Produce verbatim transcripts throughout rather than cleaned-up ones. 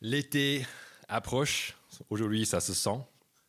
L'été approche, aujourd'hui ça se sent,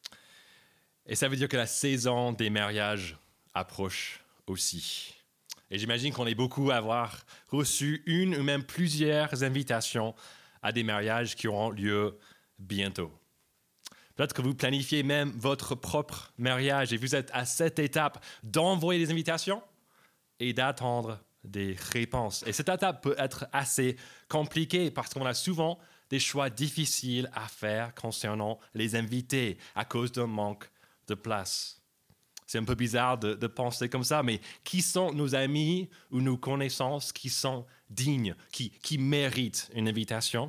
et ça veut dire que la saison des mariages approche aussi. Et j'imagine qu'on est beaucoup à avoir reçu une ou même plusieurs invitations à des mariages qui auront lieu bientôt. Peut-être que vous planifiez même votre propre mariage et vous êtes à cette étape d'envoyer des invitations et d'attendre des réponses. Et cette étape peut être assez compliquée parce qu'on a souvent des choix difficiles à faire concernant les invités à cause d'un manque de place. C'est un peu bizarre de, de penser comme ça, mais qui sont nos amis ou nos connaissances qui sont dignes, qui, qui méritent une invitation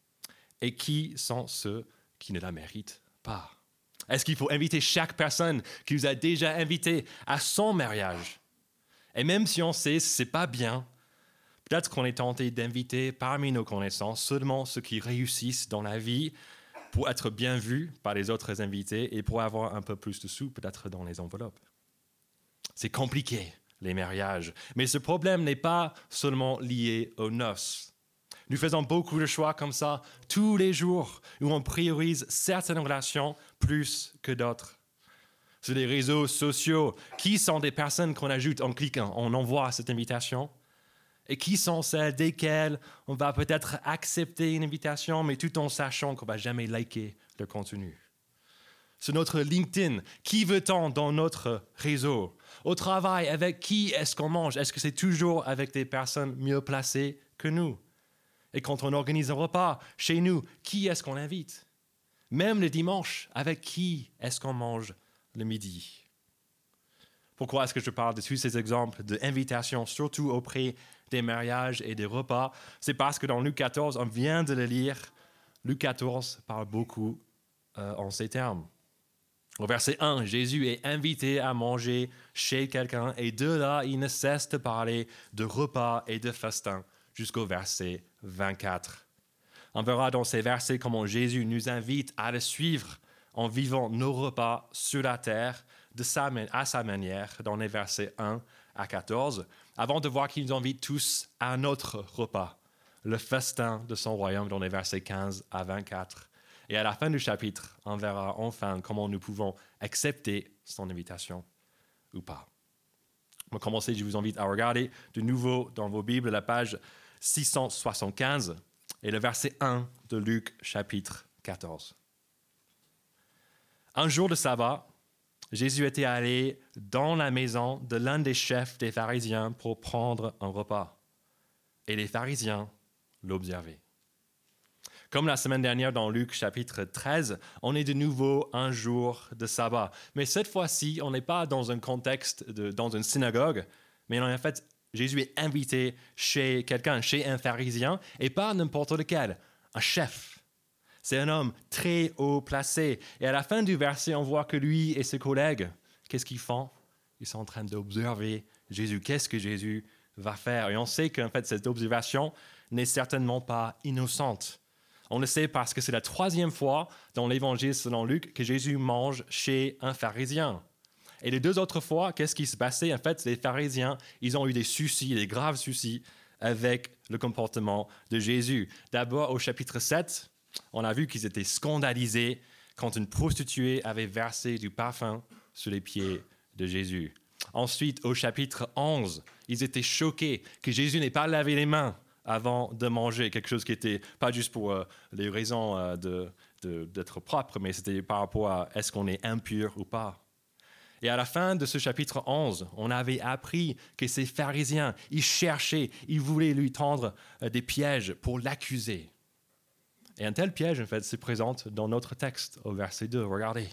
et qui sont ceux qui ne la méritent pas? Est-ce qu'il faut inviter chaque personne qui vous a déjà invité à son mariage? Et même si on sait que ce n'est pas bien, peut-être qu'on est tenté d'inviter parmi nos connaissances seulement ceux qui réussissent dans la vie pour être bien vus par les autres invités et pour avoir un peu plus de sous peut-être dans les enveloppes. C'est compliqué, les mariages. Mais ce problème n'est pas seulement lié aux noces. Nous faisons beaucoup de choix comme ça tous les jours où on priorise certaines relations plus que d'autres. Sur les réseaux sociaux, qui sont des personnes qu'on ajoute en cliquant, on envoie cette invitation? Et qui sont celles desquelles on va peut-être accepter une invitation, mais tout en sachant qu'on ne va jamais liker le contenu? Sur notre LinkedIn, qui veut-on dans notre réseau? Au travail, avec qui est-ce qu'on mange? Est-ce que c'est toujours avec des personnes mieux placées que nous? Et quand on organise un repas chez nous, qui est-ce qu'on invite? Même le dimanche, avec qui est-ce qu'on mange le midi? Pourquoi est-ce que je parle de tous ces exemples d'invitations, surtout auprès des mariages et des repas? C'est parce que dans Luc quatorze, on vient de le lire, Luc quatorze parle beaucoup euh, en ces termes. Au verset un, Jésus est invité à manger chez quelqu'un et de là, il ne cesse de parler de repas et de festins jusqu'au verset vingt-quatre. On verra dans ces versets comment Jésus nous invite à le suivre en vivant nos repas sur la terre de sa, à sa manière dans les versets un à quatorze, avant de voir qu'il nous invite tous à un autre repas, le festin de son royaume dans les versets quinze à vingt-quatre. Et à la fin du chapitre, on verra enfin comment nous pouvons accepter son invitation ou pas. Pour commencer, je vous invite à regarder de nouveau dans vos Bibles la page six cent soixante-quinze et le verset un de Luc chapitre quatorze. Un jour de sabbat, Jésus était allé dans la maison de l'un des chefs des pharisiens pour prendre un repas. Et les pharisiens l'observaient. Comme la semaine dernière dans Luc chapitre treize, on est de nouveau un jour de sabbat. Mais cette fois-ci, on n'est pas dans un contexte, de, dans une synagogue, mais en fait, Jésus est invité chez quelqu'un, chez un pharisien, et pas n'importe lequel, un chef. C'est un homme très haut placé. Et à la fin du verset, on voit que lui et ses collègues, qu'est-ce qu'ils font? Ils sont en train d'observer Jésus. Qu'est-ce que Jésus va faire? Et on sait qu'en fait, cette observation n'est certainement pas innocente. On le sait parce que c'est la troisième fois dans l'Évangile selon Luc que Jésus mange chez un pharisien. Et les deux autres fois, qu'est-ce qui se passait? En fait, les pharisiens, ils ont eu des soucis, des graves soucis avec le comportement de Jésus. D'abord, au chapitre sept, on a vu qu'ils étaient scandalisés quand une prostituée avait versé du parfum sur les pieds de Jésus. Ensuite, au chapitre onze, ils étaient choqués que Jésus n'ait pas lavé les mains avant de manger, quelque chose qui n'était pas juste pour euh, les raisons euh, de, de, d'être propre, mais c'était par rapport à est-ce qu'on est impur ou pas. Et à la fin de ce chapitre onze, on avait appris que ces pharisiens, ils cherchaient, ils voulaient lui tendre euh, des pièges pour l'accuser. Et un tel piège, en fait, se présente dans notre texte, au verset deux. Regardez.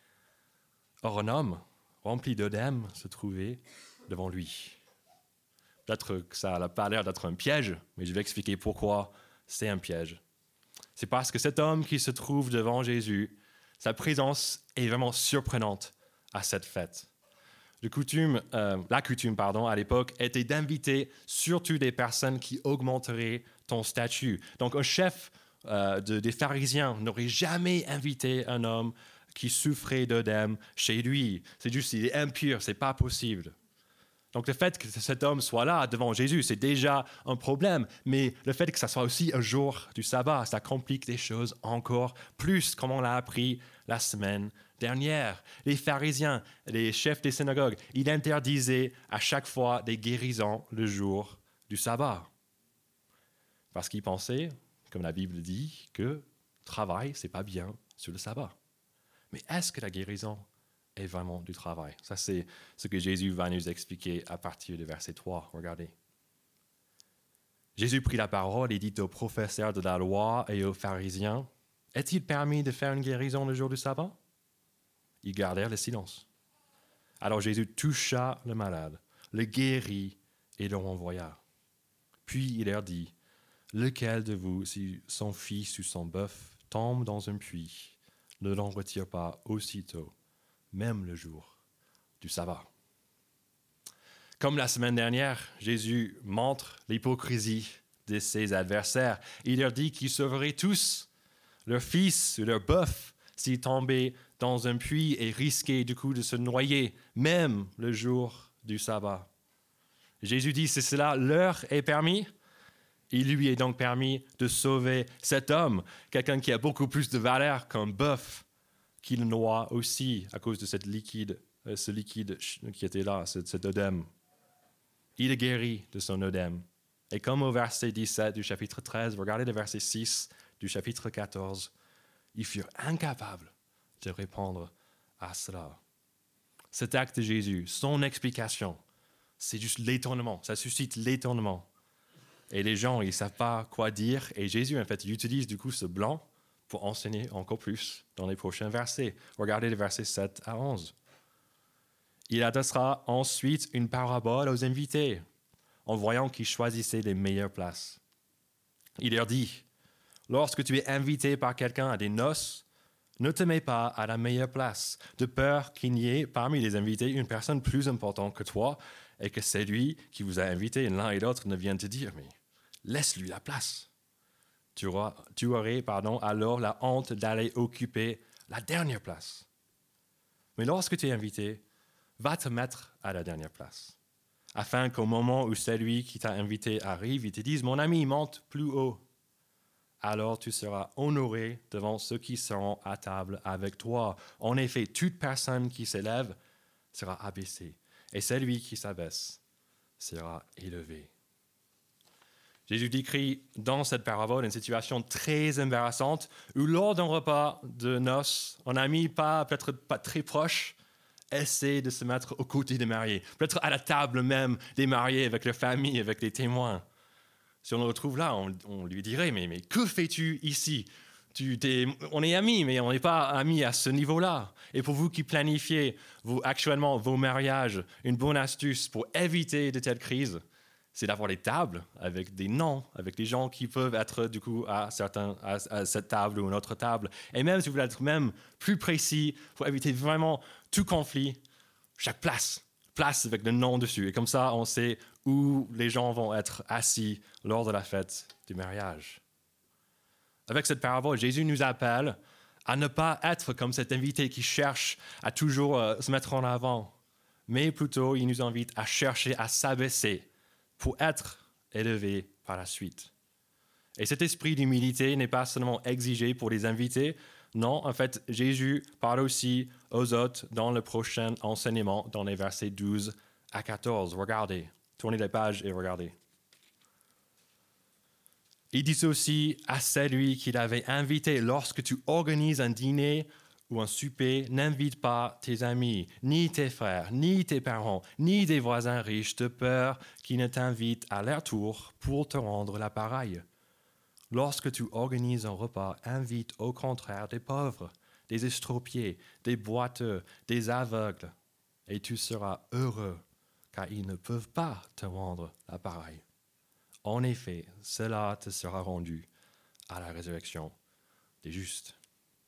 Or, un homme rempli d'œdème se trouvait devant lui. Peut-être que ça n'a pas l'air d'être un piège, mais je vais expliquer pourquoi c'est un piège. C'est parce que cet homme qui se trouve devant Jésus, sa présence est vraiment surprenante à cette fête. La coutume, euh, la coutume pardon, à l'époque était d'inviter surtout des personnes qui augmenteraient ton statut. Donc, un chef Euh, de, des pharisiens n'aurait jamais invité un homme qui souffrait d'œdème chez lui. C'est juste, il est impur, c'est pas possible. Donc le fait que cet homme soit là devant Jésus, c'est déjà un problème. Mais le fait que ça soit aussi un jour du sabbat, ça complique les choses encore plus, comme on l'a appris la semaine dernière. Les pharisiens, les chefs des synagogues, ils interdisaient à chaque fois des guérisons le jour du sabbat. Parce qu'ils pensaient, comme la Bible dit, que travail, c'est pas bien sur le sabbat. Mais est-ce que la guérison est vraiment du travail? Ça, c'est ce que Jésus va nous expliquer à partir du verset trois. Regardez. Jésus prit la parole et dit aux professeurs de la loi et aux pharisiens, « Est-il permis de faire une guérison le jour du sabbat ?» Ils gardèrent le silence. Alors Jésus toucha le malade, le guérit et le renvoya. Puis il leur dit, « Lequel de vous, si son fils ou son bœuf tombe dans un puits, ne l'en retire pas aussitôt, même le jour du sabbat. » Comme la semaine dernière, Jésus montre l'hypocrisie de ses adversaires. Il leur dit qu'ils sauveraient tous leur fils ou leur bœuf s'ils tombaient dans un puits et risquaient du coup de se noyer, même le jour du sabbat. Jésus dit, si cela leur est permis, il lui est donc permis de sauver cet homme, quelqu'un qui a beaucoup plus de valeur qu'un bœuf, qu'il noie aussi à cause de cette liquide, euh, ce liquide qui était là, cet, cet œdème. Il est guéri de son œdème. Et comme au verset dix-sept du chapitre treize, regardez le verset six du chapitre quatorze, ils furent incapables de répondre à cela. Cet acte de Jésus, son explication, c'est juste l'étonnement, ça suscite l'étonnement. Et les gens, ils ne savent pas quoi dire. Et Jésus, en fait, il utilise du coup ce blanc pour enseigner encore plus dans les prochains versets. Regardez les versets sept à onze. Il adressera ensuite une parabole aux invités, en voyant qu'ils choisissaient les meilleures places. Il leur dit, « Lorsque tu es invité par quelqu'un à des noces, ne te mets pas à la meilleure place, de peur qu'il n'y ait parmi les invités une personne plus importante que toi, et que c'est lui qui vous a invité, l'un et l'autre ne viennent te dire, mais laisse-lui la place. Tu auras, tu aurais pardon, alors la honte d'aller occuper la dernière place. Mais lorsque tu es invité, va te mettre à la dernière place, afin qu'au moment où celui qui t'a invité arrive, il te dise, mon ami, monte plus haut. Alors tu seras honoré devant ceux qui seront à table avec toi. En effet, toute personne qui s'élève sera abaissée, et celui qui s'abaisse sera élevé. » Jésus décrit dans cette parabole une situation très embarrassante où lors d'un repas de noces, un ami pas, peut-être pas très proche essaie de se mettre aux côtés des mariés, peut-être à la table même des mariés avec leur famille, avec les témoins. Si on le retrouve là, on, on lui dirait, mais, mais que fais-tu ici ? Tu, t'es, on est amis, mais on n'est pas amis à ce niveau-là. Et pour vous qui planifiez vous, actuellement vos mariages, une bonne astuce pour éviter de telles crises, c'est d'avoir des tables avec des noms, avec des gens qui peuvent être du coup à, certains, à, à cette table ou une autre table. Et même si vous voulez être même plus précis, pour éviter vraiment tout conflit, chaque place, place avec le nom dessus. Et comme ça, on sait où les gens vont être assis lors de la fête du mariage. Avec cette parabole, Jésus nous appelle à ne pas être comme cet invité qui cherche à toujours euh, se mettre en avant, mais plutôt il nous invite à chercher à s'abaisser pour être élevé par la suite. Et cet esprit d'humilité n'est pas seulement exigé pour les invités, non, en fait, Jésus parle aussi aux autres dans le prochain enseignement, dans les versets douze à quatorze. Regardez, tournez les pages et regardez. Il dit aussi à celui qu'il avait invité, lorsque tu organises un dîner ou un souper, n'invite pas tes amis, ni tes frères, ni tes parents, ni des voisins riches, de peur qu'ils ne t'invitent à leur tour pour te rendre l'appareil. Lorsque tu organises un repas, invite au contraire des pauvres, des estropiés, des boiteux, des aveugles, et tu seras heureux, car ils ne peuvent pas te rendre l'appareil. En effet, cela te sera rendu à la résurrection des justes.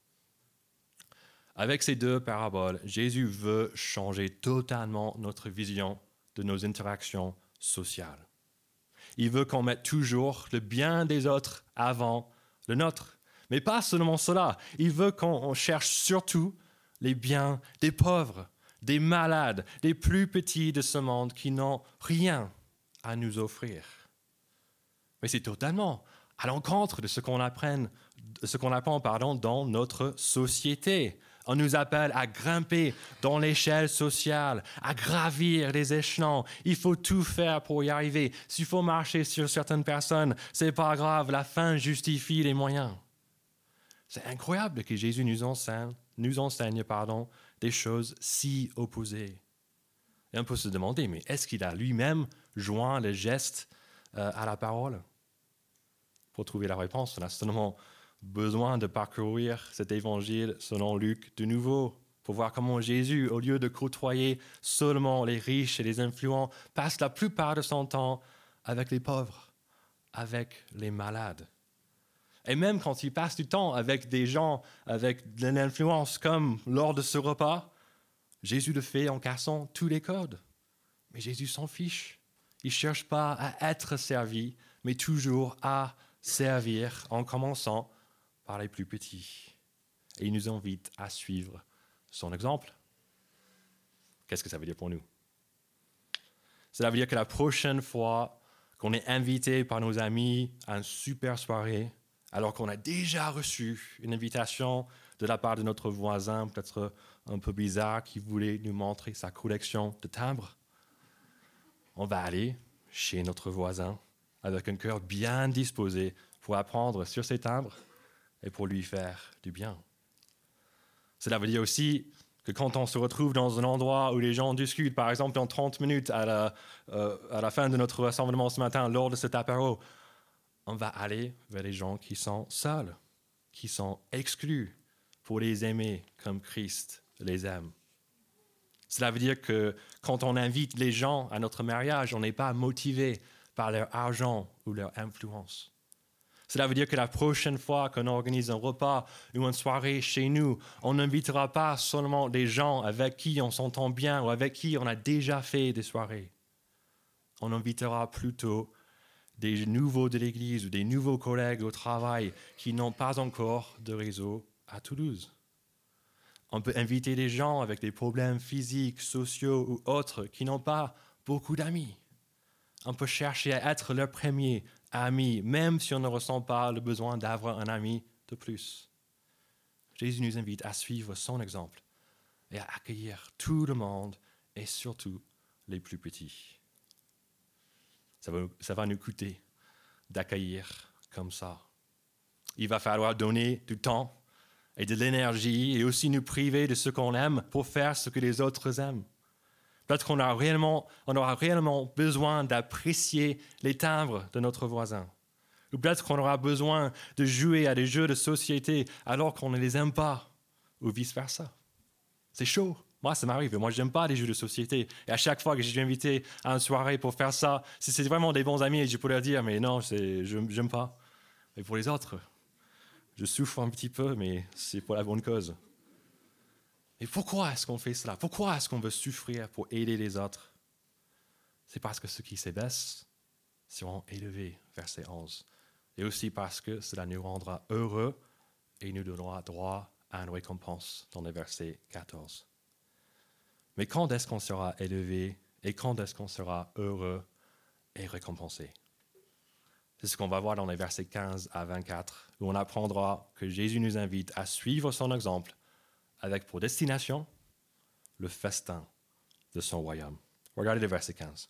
Avec ces deux paraboles, Jésus veut changer totalement notre vision de nos interactions sociales. Il veut qu'on mette toujours le bien des autres avant le nôtre. Mais pas seulement cela, il veut qu'on cherche surtout les biens des pauvres, des malades, des plus petits de ce monde qui n'ont rien à nous offrir. Mais c'est totalement à l'encontre de ce qu'on apprend, ce qu'on apprend pardon, dans notre société. On nous appelle à grimper dans l'échelle sociale, à gravir les échelons. Il faut tout faire pour y arriver. S'il faut marcher sur certaines personnes, c'est pas grave, la fin justifie les moyens. C'est incroyable que Jésus nous enseigne, nous enseigne pardon, des choses si opposées. Et on peut se demander, mais est-ce qu'il a lui-même joint le geste euh, à la parole? Pour trouver la réponse, on a seulement besoin de parcourir cet évangile selon Luc de nouveau, pour voir comment Jésus, au lieu de côtoyer seulement les riches et les influents, passe la plupart de son temps avec les pauvres, avec les malades. Et même quand il passe du temps avec des gens avec de l'influence, comme lors de ce repas, Jésus le fait en cassant tous les codes. Mais Jésus s'en fiche. Il ne cherche pas à être servi, mais toujours à servir en commençant par les plus petits. Et il nous invite à suivre son exemple. Qu'est-ce que ça veut dire pour nous? Cela veut dire que la prochaine fois qu'on est invité par nos amis à une super soirée, alors qu'on a déjà reçu une invitation de la part de notre voisin, peut-être un peu bizarre, qui voulait nous montrer sa collection de timbres, on va aller chez notre voisin avec un cœur bien disposé pour apprendre sur ses timbres et pour lui faire du bien. Cela veut dire aussi que quand on se retrouve dans un endroit où les gens discutent, par exemple dans trente minutes à la, euh, à la fin de notre rassemblement ce matin, lors de cet apéro, on va aller vers les gens qui sont seuls, qui sont exclus, pour les aimer comme Christ les aime. Cela veut dire que quand on invite les gens à notre mariage, on n'est pas motivé par leur argent ou leur influence. Cela veut dire que la prochaine fois qu'on organise un repas ou une soirée chez nous, on n'invitera pas seulement des gens avec qui on s'entend bien ou avec qui on a déjà fait des soirées. On invitera plutôt des nouveaux de l'Église ou des nouveaux collègues au travail qui n'ont pas encore de réseau à Toulouse. On peut inviter des gens avec des problèmes physiques, sociaux ou autres qui n'ont pas beaucoup d'amis. On peut chercher à être leur premier ami, même si on ne ressent pas le besoin d'avoir un ami de plus. Jésus nous invite à suivre son exemple et à accueillir tout le monde et surtout les plus petits. Ça va, ça va nous coûter d'accueillir comme ça. Il va falloir donner du temps et de l'énergie et aussi nous priver de ce qu'on aime pour faire ce que les autres aiment. Peut-être qu'on aura réellement, on aura réellement besoin d'apprécier les timbres de notre voisin. Ou peut-être qu'on aura besoin de jouer à des jeux de société alors qu'on ne les aime pas, ou vice-versa. C'est chaud. Moi, ça m'arrive. Moi, je n'aime pas les jeux de société. Et à chaque fois que je suis invité à une soirée pour faire ça, si c'est vraiment des bons amis, je peux leur dire, mais non, c'est, je n'aime pas. Et pour les autres, je souffre un petit peu, mais c'est pour la bonne cause. Et pourquoi est-ce qu'on fait cela? Pourquoi est-ce qu'on veut souffrir pour aider les autres? C'est parce que ceux qui s'abaissent seront élevés, verset onze. Et aussi parce que cela nous rendra heureux et nous donnera droit à une récompense dans le verset quatorze. Mais quand est-ce qu'on sera élevé et quand est-ce qu'on sera heureux et récompensé? C'est ce qu'on va voir dans les versets quinze à vingt-quatre, où on apprendra que Jésus nous invite à suivre son exemple avec pour destination le festin de son royaume. Regardez le verset quinze.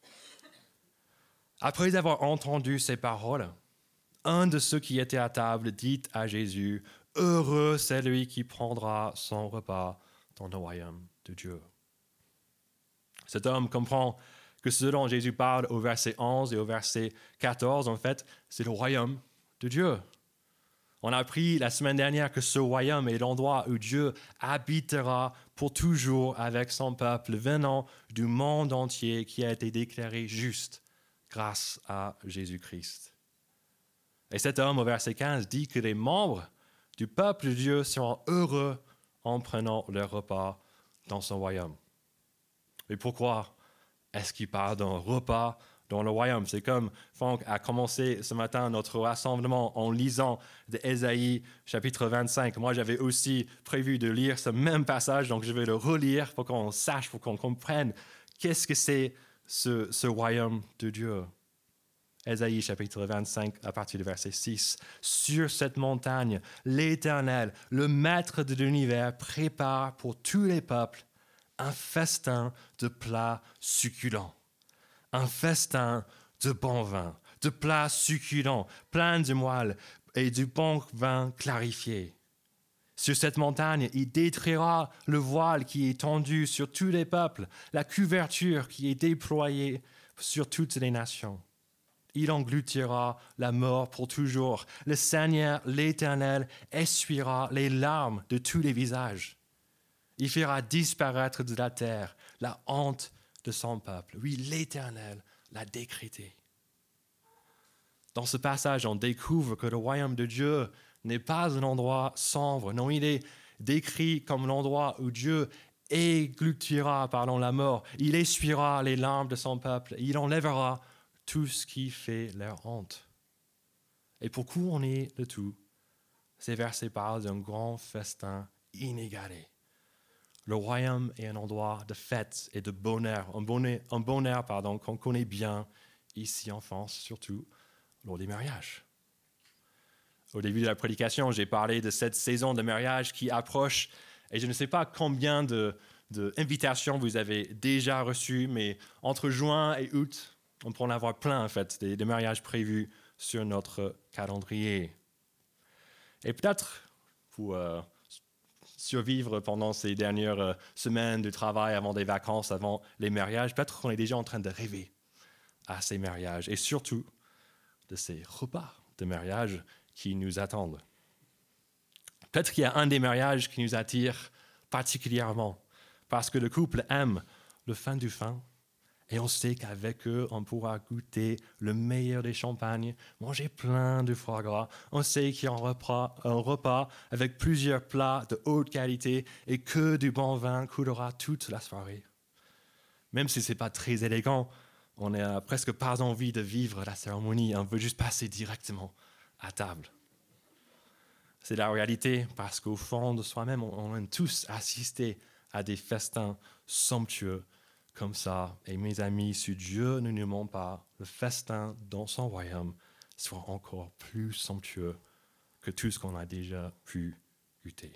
Après avoir entendu ces paroles, un de ceux qui étaient à table dit à Jésus, « Heureux celui qui prendra son repas dans le royaume de Dieu. » Cet homme comprend que ce dont Jésus parle au verset onze et au verset quatorze, en fait, c'est le royaume de Dieu. On a appris la semaine dernière que ce royaume est l'endroit où Dieu habitera pour toujours avec son peuple venant du monde entier qui a été déclaré juste grâce à Jésus-Christ. Et cet homme, au verset quinze, dit que les membres du peuple de Dieu seront heureux en prenant leur repas dans son royaume. Mais pourquoi est-ce qu'il parle d'un repas dans le royaume. C'est comme Franck a commencé ce matin notre rassemblement en lisant d'Ésaïe chapitre vingt-cinq. Moi, j'avais aussi prévu de lire ce même passage, donc je vais le relire pour qu'on sache, pour qu'on comprenne qu'est-ce que c'est ce, ce royaume de Dieu. Ésaïe chapitre vingt-cinq à partir du verset six. Sur cette montagne, l'Éternel, le maître de l'univers, prépare pour tous les peuples un festin de plats succulents, un festin de bon vin, de plats succulents, pleins de moelle et du bon vin clarifié. Sur cette montagne, il détruira le voile qui est tendu sur tous les peuples, la couverture qui est déployée sur toutes les nations. Il engloutira la mort pour toujours. Le Seigneur, l'Éternel, essuiera les larmes de tous les visages. Il fera disparaître de la terre la honte de son peuple. Oui, l'Éternel l'a décrété. Dans ce passage, on découvre que le royaume de Dieu n'est pas un endroit sombre. Non, il est décrit comme l'endroit où Dieu engloutira, pardon, la mort. Il essuiera les larmes de son peuple. Il enlèvera tout ce qui fait leur honte. Et pour couronner le tout, ces versets parlent d'un grand festin inégalé. Le royaume est un endroit de fête et de bonheur, un bonheur, un bonheur pardon, qu'on connaît bien ici en France, surtout lors des mariages. Au début de la prédication, j'ai parlé de cette saison de mariage qui approche, et je ne sais pas combien de, de invitations vous avez déjà reçues, mais entre juin et août, on peut en avoir plein, en fait, des, des mariages prévus sur notre calendrier. Et peut-être, pour euh, survivre pendant ces dernières euh, semaines de travail, avant des vacances, avant les mariages, peut-être qu'on est déjà en train de rêver à ces mariages, et surtout de ces repas de mariage qui nous attendent. Peut-être qu'il y a un des mariages qui nous attire particulièrement, parce que le couple aime le fin du fin, et on sait qu'avec eux, on pourra goûter le meilleur des champagnes, manger plein de foie gras. On sait qu'il y a un repas, un repas avec plusieurs plats de haute qualité et que du bon vin coulera toute la soirée. Même si ce n'est pas très élégant, on n'a presque pas envie de vivre la cérémonie. On veut juste passer directement à table. C'est la réalité parce qu'au fond de soi-même, on aime tous assister à des festins somptueux comme ça. Et mes amis, si Dieu ne nous ment pas, le festin dans son royaume sera encore plus somptueux que tout ce qu'on a déjà pu goûter.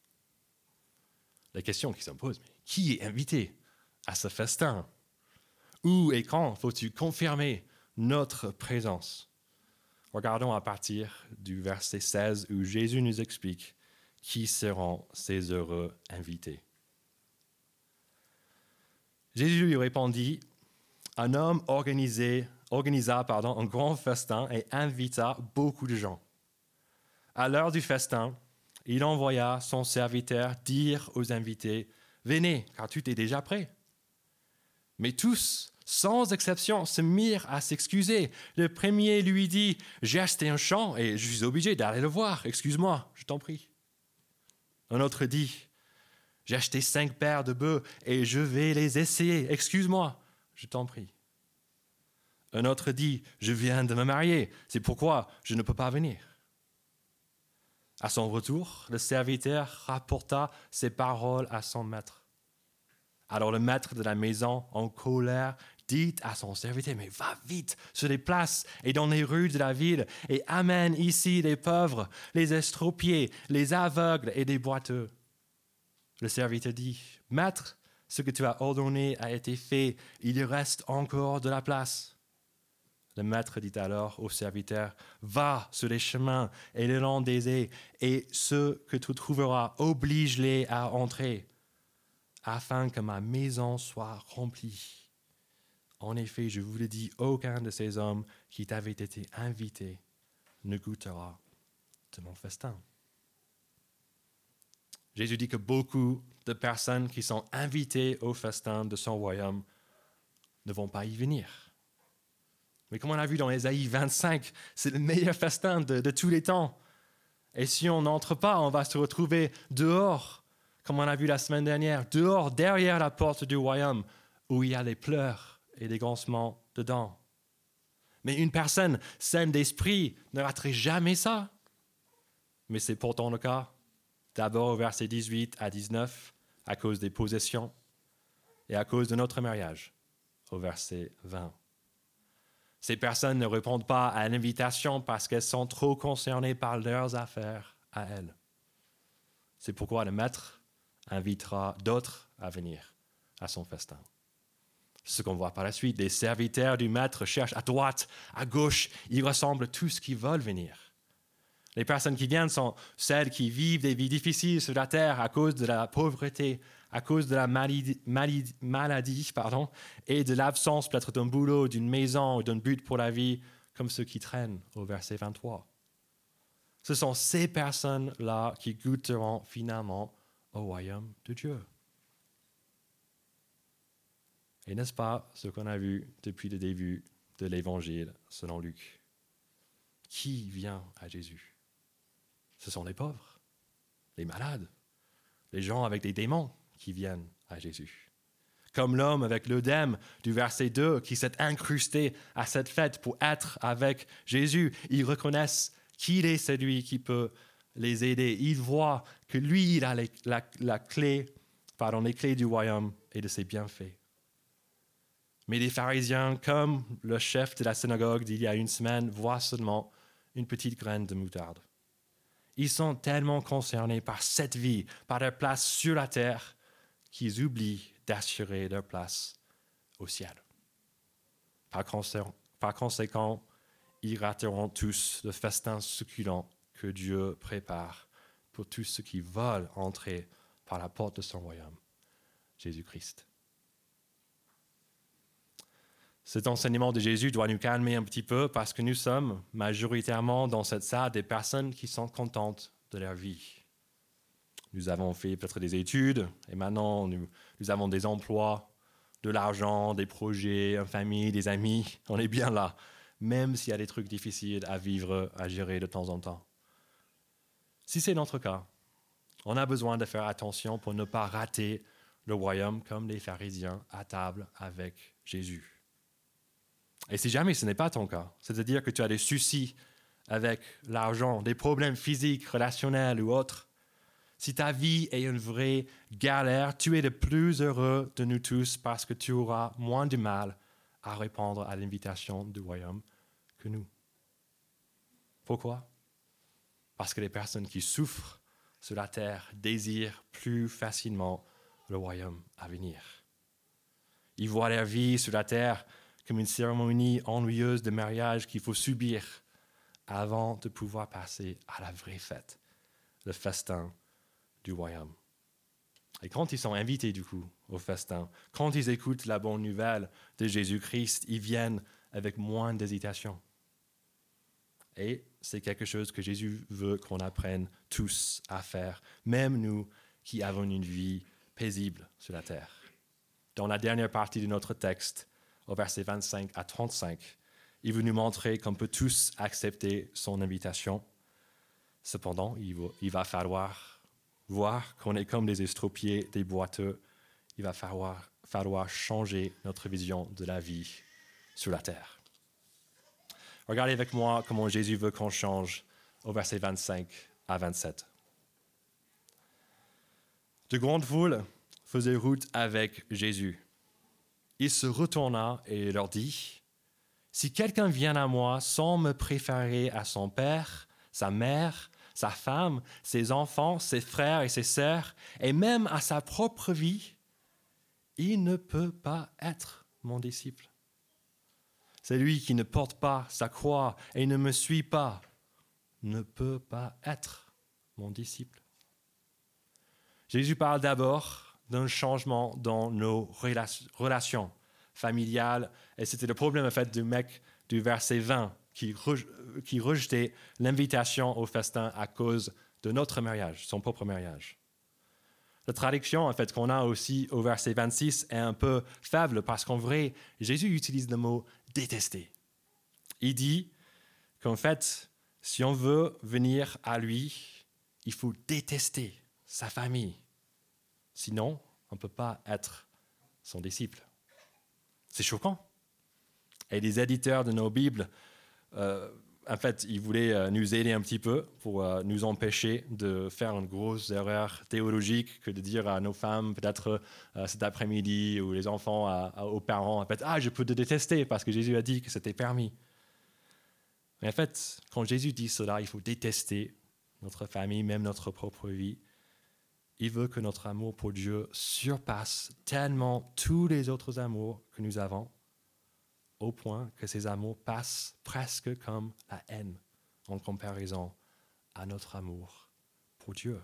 La question qui se pose, mais qui est invité à ce festin? Où et quand faut-il confirmer notre présence? Regardons à partir du verset seize où Jésus nous explique qui seront ces heureux invités. Jésus lui répondit, un homme organisé, organisa pardon, un grand festin et invita beaucoup de gens. À l'heure du festin, il envoya son serviteur dire aux invités, venez, car tout est déjà prêt. Mais tous, sans exception, se mirent à s'excuser. Le premier lui dit, j'ai acheté un champ et je suis obligé d'aller le voir, excuse-moi, je t'en prie. Un autre dit, j'ai acheté cinq paires de bœufs et je vais les essayer. Excuse-moi, je t'en prie. Un autre dit, je viens de me marier, c'est pourquoi je ne peux pas venir. À son retour, le serviteur rapporta ces paroles à son maître. Alors le maître de la maison, en colère, dit à son serviteur, mais va vite sur les places et dans les rues de la ville et amène ici les pauvres, les estropiés, les aveugles et les boiteux. Le serviteur dit, maître, ce que tu as ordonné a été fait, il reste encore de la place. Le maître dit alors au serviteur, va sur les chemins et le long des haies, et ceux que tu trouveras, oblige-les à entrer, afin que ma maison soit remplie. En effet, je vous le dis, aucun de ces hommes qui t'avaient été invités ne goûtera de mon festin. Jésus dit que beaucoup de personnes qui sont invitées au festin de son royaume ne vont pas y venir. Mais comme on a vu dans Ésaïe vingt-cinq, c'est le meilleur festin de, de tous les temps. Et si on n'entre pas, on va se retrouver dehors, comme on a vu la semaine dernière, dehors, derrière la porte du royaume, où il y a les pleurs et les grincements de dents. Mais une personne saine d'esprit ne raterait jamais ça. Mais c'est pourtant le cas. D'abord au verset dix-huit à dix-neuf, à cause des possessions, et à cause de notre mariage, au verset vingt. Ces personnes ne répondent pas à l'invitation parce qu'elles sont trop concernées par leurs affaires à elles. C'est pourquoi le maître invitera d'autres à venir à son festin. Ce qu'on voit par la suite, les serviteurs du maître cherchent à droite, à gauche, ils ressemblent tous qui veulent venir. Les personnes qui viennent sont celles qui vivent des vies difficiles sur la terre à cause de la pauvreté, à cause de la maladie, maladie, maladie pardon, et de l'absence peut-être d'un boulot, d'une maison ou d'un but pour la vie, comme ceux qui traînent au verset vingt-trois. Ce sont ces personnes-là qui goûteront finalement au royaume de Dieu. Et n'est-ce pas ce qu'on a vu depuis le début de l'Évangile selon Luc? Qui vient à Jésus? Ce sont les pauvres, les malades, les gens avec des démons qui viennent à Jésus. Comme l'homme avec l'œdème du verset deux qui s'est incrusté à cette fête pour être avec Jésus. Ils reconnaissent qu'il est celui qui peut les aider. Ils voient que lui, il a les, la, la clé, pardon, les clés du royaume et de ses bienfaits. Mais les pharisiens, comme le chef de la synagogue d'il y a une semaine, voient seulement une petite graine de moutarde. Ils sont tellement concernés par cette vie, par leur place sur la terre, qu'ils oublient d'assurer leur place au ciel. Par conséquent, par conséquent, ils rateront tous le festin succulent que Dieu prépare pour tous ceux qui veulent entrer par la porte de son royaume, Jésus-Christ. Cet enseignement de Jésus doit nous calmer un petit peu parce que nous sommes majoritairement dans cette salle des personnes qui sont contentes de leur vie. Nous avons fait peut-être des études et maintenant nous, nous avons des emplois, de l'argent, des projets, une famille, des amis. On est bien là, même s'il y a des trucs difficiles à vivre, à gérer de temps en temps. Si c'est notre cas, on a besoin de faire attention pour ne pas rater le royaume comme les pharisiens à table avec Jésus. Et si jamais ce n'est pas ton cas, c'est-à-dire que tu as des soucis avec l'argent, des problèmes physiques, relationnels ou autres, si ta vie est une vraie galère, tu es le plus heureux de nous tous parce que tu auras moins de mal à répondre à l'invitation du royaume que nous. Pourquoi? Parce que les personnes qui souffrent sur la terre désirent plus facilement le royaume à venir. Ils voient leur vie sur la terre comme une cérémonie ennuyeuse de mariage qu'il faut subir avant de pouvoir passer à la vraie fête, le festin du royaume. Et quand ils sont invités du coup au festin, quand ils écoutent la bonne nouvelle de Jésus-Christ, ils viennent avec moins d'hésitation. Et c'est quelque chose que Jésus veut qu'on apprenne tous à faire, même nous qui avons une vie paisible sur la terre. Dans la dernière partie de notre texte, au verset vingt-cinq à trente-cinq, il veut nous montrer qu'on peut tous accepter son invitation. Cependant, il va, il va falloir voir qu'on est comme des estropiés, des boiteux. Il va falloir, falloir changer notre vision de la vie sur la terre. Regardez avec moi comment Jésus veut qu'on change au verset vingt-cinq à vingt-sept. De grandes foules faisaient route avec Jésus. Il se retourna et leur dit, « Si quelqu'un vient à moi sans me préférer à son père, sa mère, sa femme, ses enfants, ses frères et ses sœurs, et même à sa propre vie, il ne peut pas être mon disciple. Celui qui ne porte pas sa croix et ne me suit pas ne peut pas être mon disciple. » Jésus parle d'abord d'un changement dans nos relations familiales. Et c'était le problème en fait du mec du verset vingt qui, re, qui rejetait l'invitation au festin à cause de notre mariage, son propre mariage. La traduction en fait qu'on a aussi au verset vingt-six est un peu faible parce qu'en vrai, Jésus utilise le mot « détester ». Il dit qu'en fait, si on veut venir à lui, il faut détester sa famille. Sinon, on ne peut pas être son disciple. C'est choquant. Et les éditeurs de nos Bibles, euh, en fait, ils voulaient euh, nous aider un petit peu pour euh, nous empêcher de faire une grosse erreur théologique que de dire à nos femmes, peut-être euh, cet après-midi, ou les enfants à, à, aux parents, en fait, ah, je peux te détester parce que Jésus a dit que c'était permis. Mais en fait, quand Jésus dit cela, il faut détester notre famille, même notre propre vie. Il veut que notre amour pour Dieu surpasse tellement tous les autres amours que nous avons, au point que ces amours passent presque comme la haine en comparaison à notre amour pour Dieu.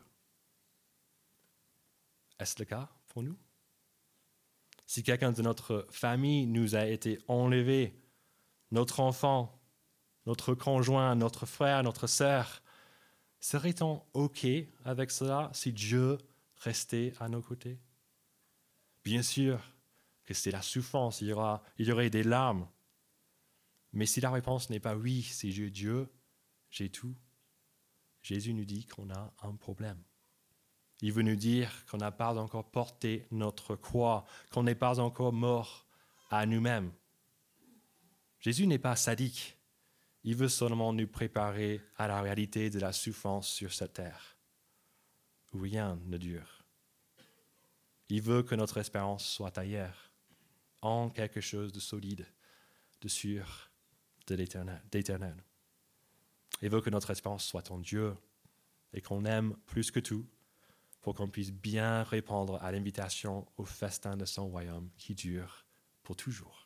Est-ce le cas pour nous? Si quelqu'un de notre famille nous a été enlevé, notre enfant, notre conjoint, notre frère, notre sœur, serait-on OK avec cela si Dieu restait à nos côtés? Bien sûr que c'est la souffrance, il y aura, il y aurait des larmes. Mais si la réponse n'est pas oui, si j'ai Dieu, j'ai tout, Jésus nous dit qu'on a un problème. Il veut nous dire qu'on n'a pas encore porté notre croix, qu'on n'est pas encore mort à nous-mêmes. Jésus n'est pas sadique. Il veut seulement nous préparer à la réalité de la souffrance sur cette terre, où rien ne dure. Il veut que notre espérance soit ailleurs, en quelque chose de solide, de sûr, de l'éternel, d'éternel. Il veut que notre espérance soit en Dieu et qu'on aime plus que tout pour qu'on puisse bien répondre à l'invitation au festin de son royaume qui dure pour toujours.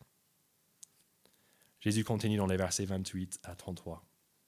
Jésus continue dans les versets vingt-huit à trente-trois.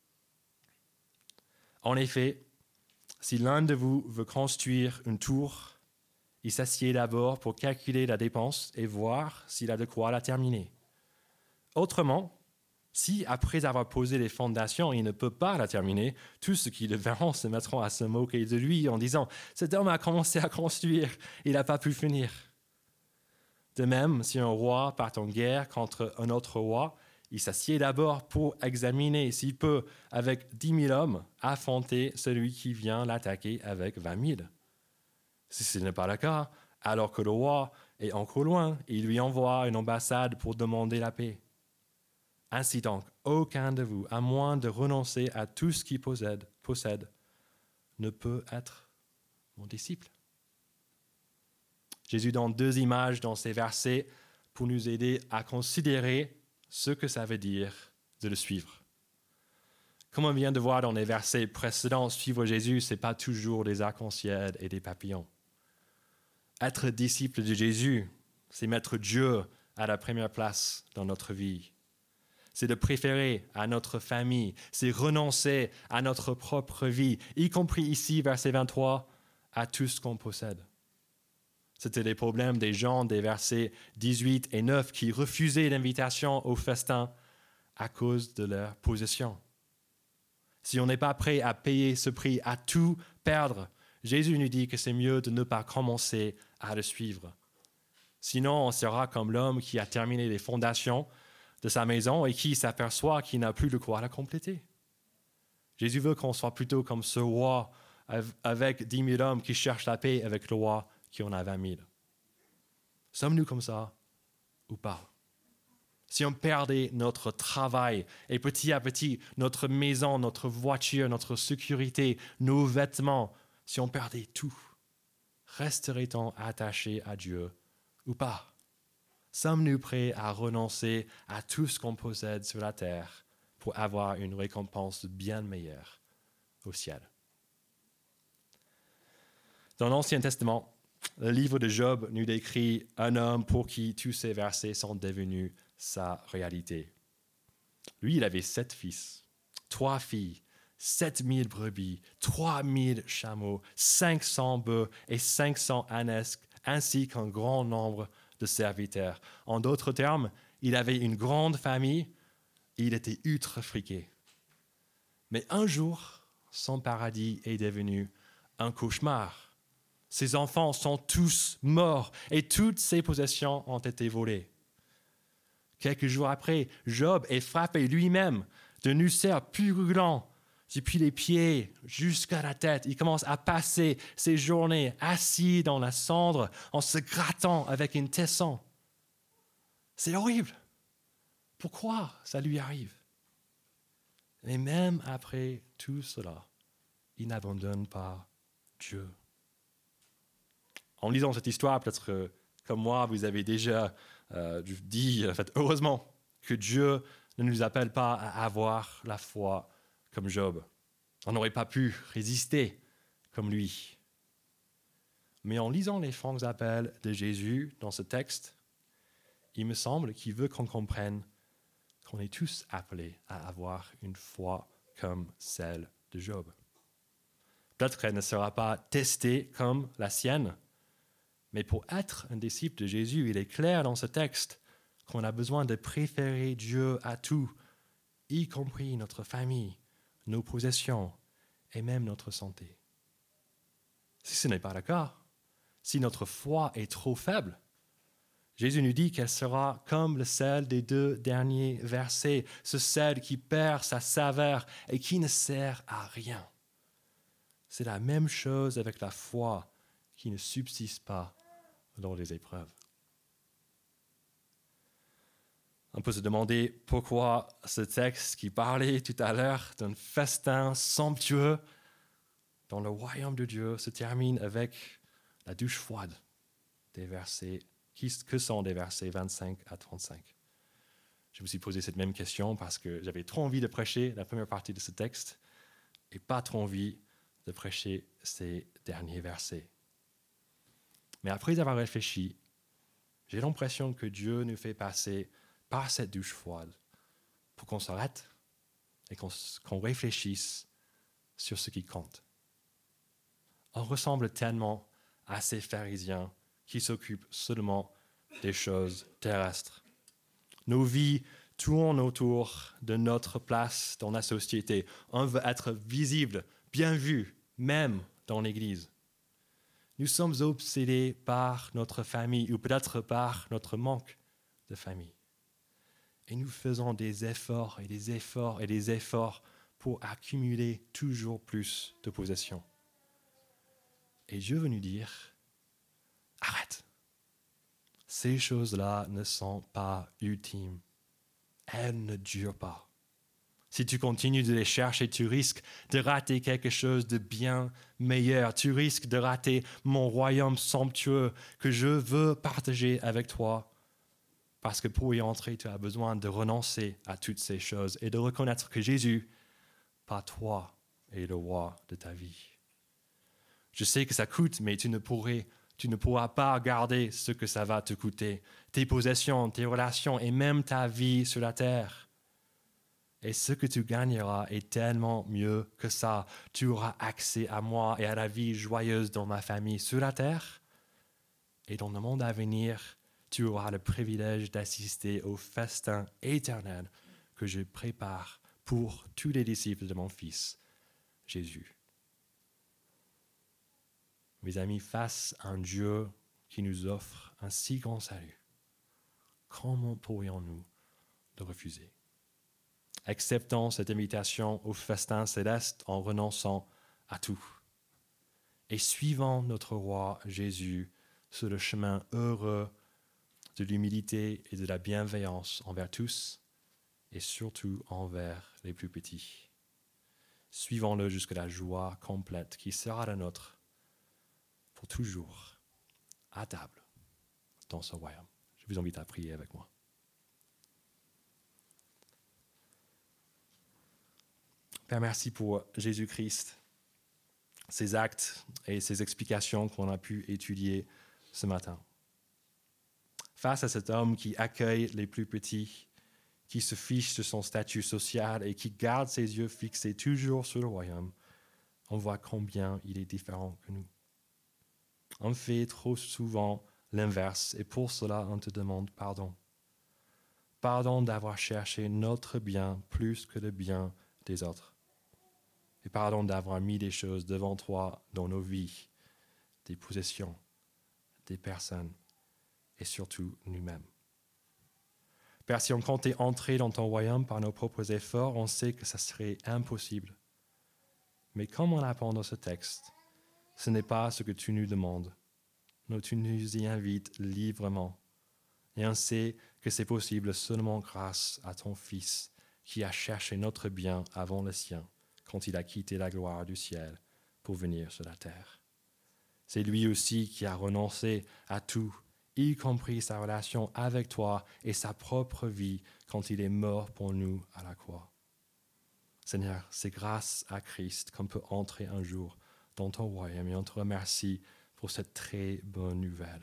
En effet, si l'un de vous veut construire une tour, il s'assied d'abord pour calculer la dépense et voir s'il a de quoi la terminer. Autrement, si après avoir posé les fondations, il ne peut pas la terminer, tous ceux qui le verront se mettront à se moquer de lui en disant « Cet homme a commencé à construire, il n'a pas pu finir. » De même, si un roi part en guerre contre un autre roi, il s'assied d'abord pour examiner s'il peut, avec dix mille hommes, affronter celui qui vient l'attaquer avec vingt mille. Si ce n'est pas le cas, alors que le roi est encore loin, il lui envoie une ambassade pour demander la paix. Ainsi donc, aucun de vous, à moins de renoncer à tout ce qu'il possède, possède, ne peut être mon disciple. Jésus donne deux images dans ces versets pour nous aider à considérer ce que ça veut dire de le suivre. Comme on vient de voir dans les versets précédents, suivre Jésus, ce n'est pas toujours des arcs-en-ciel et des papillons. Être disciple de Jésus, c'est mettre Dieu à la première place dans notre vie. C'est de préférer à notre famille, c'est renoncer à notre propre vie, y compris ici, verset vingt-trois, à tout ce qu'on possède. C'était les problèmes des gens des versets dix-huit et neuf qui refusaient l'invitation au festin à cause de leur possession. Si on n'est pas prêt à payer ce prix, à tout perdre, Jésus nous dit que c'est mieux de ne pas commencer à le suivre. Sinon, on sera comme l'homme qui a terminé les fondations de sa maison et qui s'aperçoit qu'il n'a plus de quoi la compléter. Jésus veut qu'on soit plutôt comme ce roi avec dix mille hommes qui cherchent la paix avec le roi qui en a vingt mille. Sommes-nous comme ça ou pas? Si on perdait notre travail et petit à petit notre maison, notre voiture, notre sécurité, nos vêtements, si on perdait tout, resterait-on attaché à Dieu ou pas? Sommes-nous prêts à renoncer à tout ce qu'on possède sur la terre pour avoir une récompense bien meilleure au ciel? Dans l'Ancien Testament, le livre de Job nous décrit un homme pour qui tous ces versets sont devenus sa réalité. Lui, il avait sept fils, trois filles, sept mille brebis, trois mille chameaux, cinq cents bœufs et cinq cents ânesses, ainsi qu'un grand nombre de serviteurs. En d'autres termes, il avait une grande famille et il était ultra friqué. Mais un jour, son paradis est devenu un cauchemar. Ses enfants sont tous morts et toutes ses possessions ont été volées. Quelques jours après, Job est frappé lui-même d'un ulcère purulent depuis les pieds jusqu'à la tête. Il commence à passer ses journées assis dans la cendre en se grattant avec une tesson. C'est horrible. pourquoi ça lui arrive. Et même après tout cela, il n'abandonne pas Dieu. En lisant cette histoire, peut-être que, comme moi, vous avez déjà euh, dit, en fait, heureusement, que Dieu ne nous appelle pas à avoir la foi comme Job. On n'aurait pas pu résister comme lui. Mais en lisant les francs appels de Jésus dans ce texte, il me semble qu'il veut qu'on comprenne qu'on est tous appelés à avoir une foi comme celle de Job. Peut-être qu'elle ne sera pas testée comme la sienne, mais pour être un disciple de Jésus, il est clair dans ce texte qu'on a besoin de préférer Dieu à tout, y compris notre famille, nos possessions et même notre santé. Si ce n'est pas le cas, si notre foi est trop faible, Jésus nous dit qu'elle sera comme le sel des deux derniers versets, ce sel qui perd sa saveur et qui ne sert à rien. C'est la même chose avec la foi qui ne subsiste pas dans les épreuves. On peut se demander pourquoi ce texte qui parlait tout à l'heure d'un festin somptueux dans le royaume de Dieu se termine avec la douche froide des versets, qui, que sont des versets vingt-cinq à trente-cinq. Je me suis posé cette même question parce que j'avais trop envie de prêcher la première partie de ce texte et pas trop envie de prêcher ces derniers versets. Mais après avoir réfléchi, j'ai l'impression que Dieu nous fait passer par cette douche froide pour qu'on s'arrête et qu'on, qu'on réfléchisse sur ce qui compte. On ressemble tellement à ces pharisiens qui s'occupent seulement des choses terrestres. Nos vies tournent autour de notre place dans la société. On veut être visible, bien vu, même dans l'Église. Nous sommes obsédés par notre famille ou peut-être par notre manque de famille. Et nous faisons des efforts et des efforts et des efforts pour accumuler toujours plus de possessions. Et Dieu veut nous dire, arrête. Ces choses-là ne sont pas ultimes. Elles ne durent pas. Si tu continues de les chercher, tu risques de rater quelque chose de bien meilleur. Tu risques de rater mon royaume somptueux que je veux partager avec toi. Parce que pour y entrer, tu as besoin de renoncer à toutes ces choses et de reconnaître que Jésus, pas toi, est le roi de ta vie. Je sais que ça coûte, mais tu ne pourrais, tu ne pourras pas garder ce que ça va te coûter. Tes possessions, tes relations et même ta vie sur la terre. Et ce que tu gagneras est tellement mieux que ça. Tu auras accès à moi et à la vie joyeuse dans ma famille sur la terre. Et dans le monde à venir, tu auras le privilège d'assister au festin éternel que je prépare pour tous les disciples de mon Fils, Jésus. Mes amis, face à un Dieu qui nous offre un si grand salut, comment pourrions-nous le refuser? Acceptons cette invitation au festin céleste en renonçant à tout et suivant notre roi Jésus sur le chemin heureux de l'humilité et de la bienveillance envers tous et surtout envers les plus petits. Suivons-le jusqu'à la joie complète qui sera la nôtre pour toujours à table dans ce royaume. Je vous invite à prier avec moi. Père, merci pour Jésus-Christ, ses actes et ses explications qu'on a pu étudier ce matin. Face à cet homme qui accueille les plus petits, qui se fiche de son statut social et qui garde ses yeux fixés toujours sur le royaume, on voit combien il est différent que nous. On fait trop souvent l'inverse et pour cela on te demande pardon. Pardon d'avoir cherché notre bien plus que le bien des autres. Et pardon d'avoir mis des choses devant toi dans nos vies, des possessions, des personnes et surtout nous-mêmes. Père, si on comptait entrer dans ton royaume par nos propres efforts, on sait que ça serait impossible. Mais comme on apprend dans ce texte, ce n'est pas ce que tu nous demandes. Non, tu nous y invites librement. Et on sait que c'est possible seulement grâce à ton Fils qui a cherché notre bien avant le sien, quand il a quitté la gloire du ciel pour venir sur la terre. C'est lui aussi qui a renoncé à tout, y compris sa relation avec toi et sa propre vie quand il est mort pour nous à la croix. Seigneur, c'est grâce à Christ qu'on peut entrer un jour dans ton royaume et on te remercie pour cette très bonne nouvelle.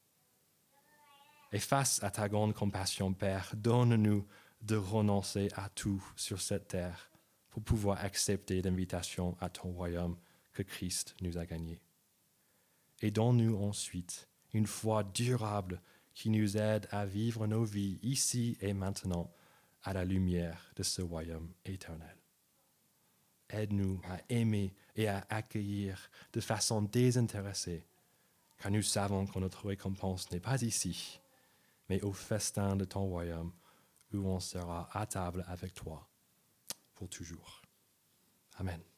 Et face à ta grande compassion, Père, donne-nous de renoncer à tout sur cette terre pour pouvoir accepter l'invitation à ton royaume que Christ nous a gagné. Et donne-nous ensuite une foi durable qui nous aide à vivre nos vies ici et maintenant à la lumière de ce royaume éternel. Aide-nous à aimer et à accueillir de façon désintéressée, car nous savons que notre récompense n'est pas ici, mais au festin de ton royaume où on sera à table avec toi pour toujours. Amen.